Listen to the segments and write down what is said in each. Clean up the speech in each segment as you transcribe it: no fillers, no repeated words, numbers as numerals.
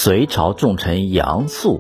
隋朝重臣杨素。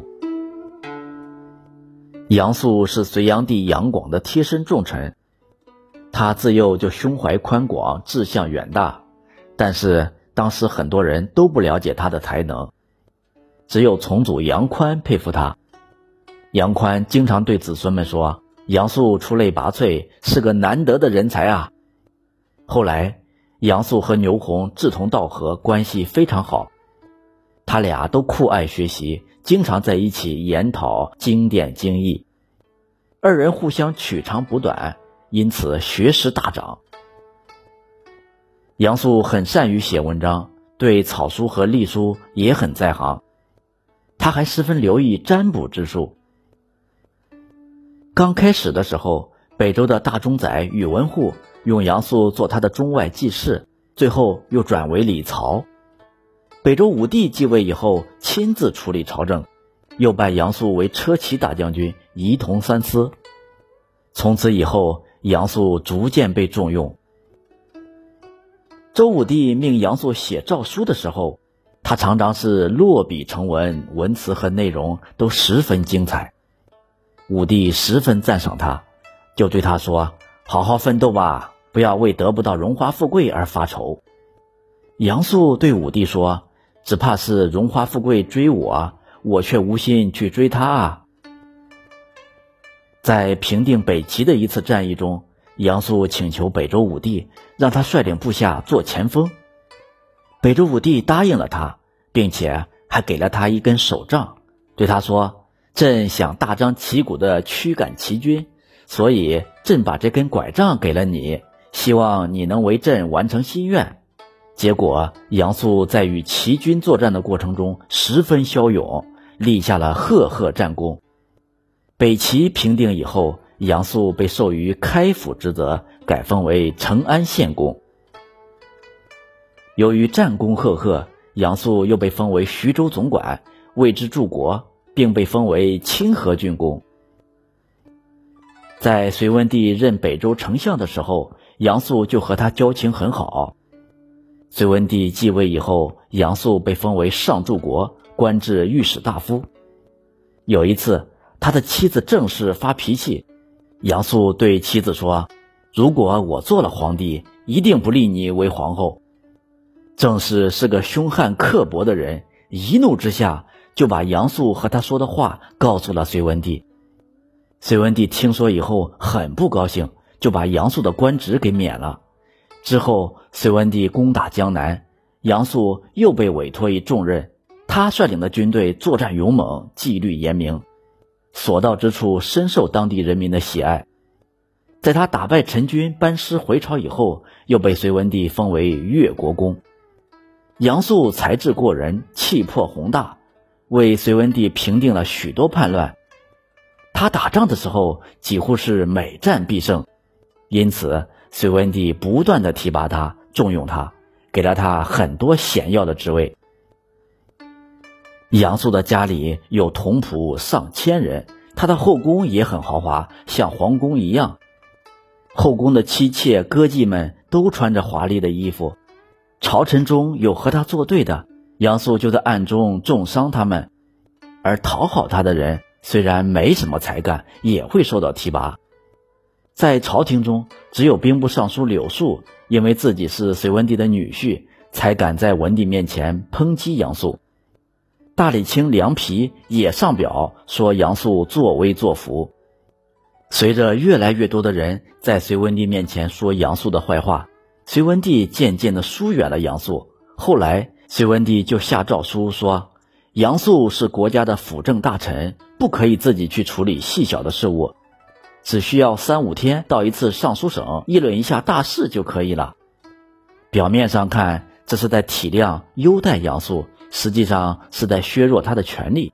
杨素是隋炀帝杨广的贴身重臣，他自幼就胸怀宽广，志向远大，但是当时很多人都不了解他的才能，只有从祖杨宽佩服他。杨宽经常对子孙们说，杨素出类拔萃，是个难得的人才啊。后来杨素和牛弘志同道合，关系非常好，他俩都酷爱学习，经常在一起研讨经典经义，二人互相取长补短，因此学识大涨。杨素很善于写文章，对草书和隶书也很在行，他还十分留意占卜之术。刚开始的时候，北周的大中宰宇文护用杨素做他的中外记事，最后又转为李曹。北周武帝继位以后，亲自处理朝政，又拜杨素为车骑大将军，仪同三司。从此以后，杨素逐渐被重用。周武帝命杨素写诏书的时候，他常常是落笔成文，文辞和内容都十分精彩。武帝十分赞赏他，就对他说，好好奋斗吧，不要为得不到荣华富贵而发愁。杨素对武帝说，只怕是荣华富贵追我，我却无心去追他啊。在平定北齐的一次战役中，杨素请求北周武帝让他率领部下做前锋。北周武帝答应了他，并且还给了他一根手杖，对他说，朕想大张旗鼓地驱赶齐军，所以朕把这根拐杖给了你，希望你能为朕完成心愿。结果杨素在与齐军作战的过程中十分骁勇，立下了赫赫战功。北齐平定以后，杨素被授予开府职责，改封为成安县公。由于战功赫赫，杨素又被封为徐州总管，为之柱国，并被封为清河郡公。在隋文帝任北周丞相的时候，杨素就和他交情很好。隋文帝继位以后，杨素被封为上柱国，官至御史大夫。有一次，他的妻子郑氏发脾气，杨素对妻子说，如果我做了皇帝，一定不立你为皇后。郑氏是个凶悍刻薄的人，一怒之下就把杨素和他说的话告诉了隋文帝。隋文帝听说以后很不高兴，就把杨素的官职给免了。之后隋文帝攻打江南，杨素又被委托一重任，他率领的军队作战勇猛，纪律严明，所到之处深受当地人民的喜爱。在他打败陈军，班师回朝以后，又被隋文帝封为越国公。杨素才智过人，气魄宏大，为隋文帝平定了许多叛乱。他打仗的时候几乎是每战必胜，因此隋文帝不断地提拔他，重用他，给了他很多显要的职位。杨素的家里有童仆上千人，他的后宫也很豪华，像皇宫一样。后宫的妻妾歌妓们都穿着华丽的衣服，朝臣中有和他作对的，杨素就在暗中重伤他们，而讨好他的人虽然没什么才干，也会受到提拔。在朝廷中，只有兵部尚书柳树因为自己是隋文帝的女婿，才敢在文帝面前抨击杨素。大理卿梁皮也上表说杨素作威作福。随着越来越多的人在隋文帝面前说杨素的坏话，隋文帝渐渐地疏远了杨素。后来隋文帝就下诏书说，杨素是国家的辅政大臣，不可以自己去处理细小的事务，只需要3-5天到一次尚书省议论一下大事就可以了。表面上看这是在体谅优待杨素，实际上是在削弱他的权力。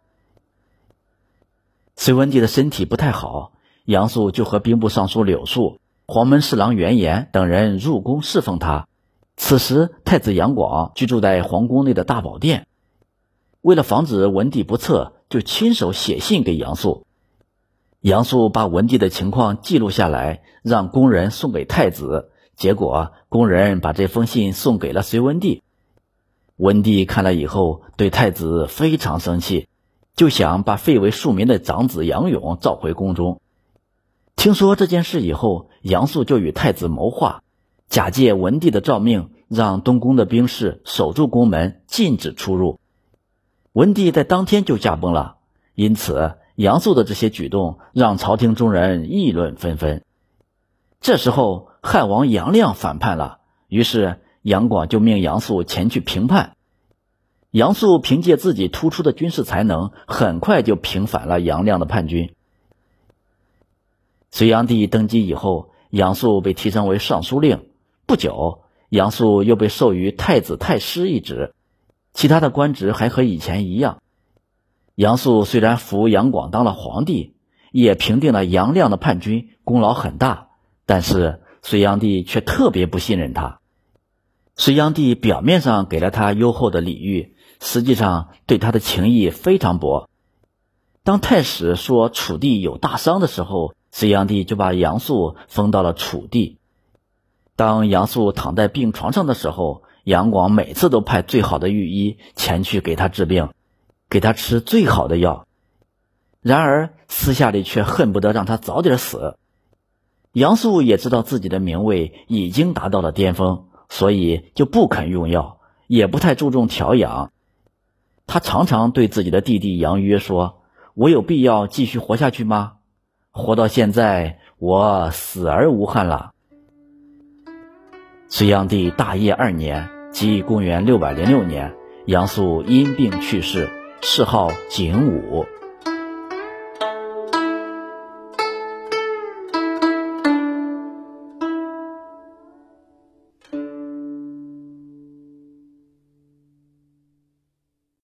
隋文帝的身体不太好，杨素就和兵部尚书柳树、黄门侍郎袁岩等人入宫侍奉他。此时太子杨广居住在皇宫内的大宝殿，为了防止文帝不测，就亲手写信给杨素。杨素把文帝的情况记录下来，让宫人送给太子，结果宫人把这封信送给了隋文帝。 文帝看了以后，对太子非常生气，就想把废为庶民的长子杨勇召回宫中。听说这件事以后，杨素就与太子谋划，假借文帝的诏命，让东宫的兵士守住宫门，禁止出入。文帝在当天就驾崩了，因此杨素的这些举动让朝廷中人议论纷纷。这时候汉王杨亮反叛了，于是杨广就命杨素前去平叛。杨素凭借自己突出的军事才能，很快就平反了杨亮的叛军。隋炀帝登基以后，杨素被提升为尚书令，不久杨素又被授予太子太师一职，其他的官职还和以前一样。杨素虽然扶杨广当了皇帝，也平定了杨亮的叛军，功劳很大，但是隋炀帝却特别不信任他。隋炀帝表面上给了他优厚的礼遇，实际上对他的情谊非常薄。当太史说楚地有大伤的时候，隋炀帝就把杨素封到了楚地。当杨素躺在病床上的时候，杨广每次都派最好的御医前去给他治病，给他吃最好的药，然而私下里却恨不得让他早点死。杨素也知道自己的名位已经达到了巅峰，所以就不肯用药，也不太注重调养。他常常对自己的弟弟杨约说：“我有必要继续活下去吗？活到现在，我死而无憾了。”隋炀帝大业2年，即公元606年，杨素因病去世，谥号景武。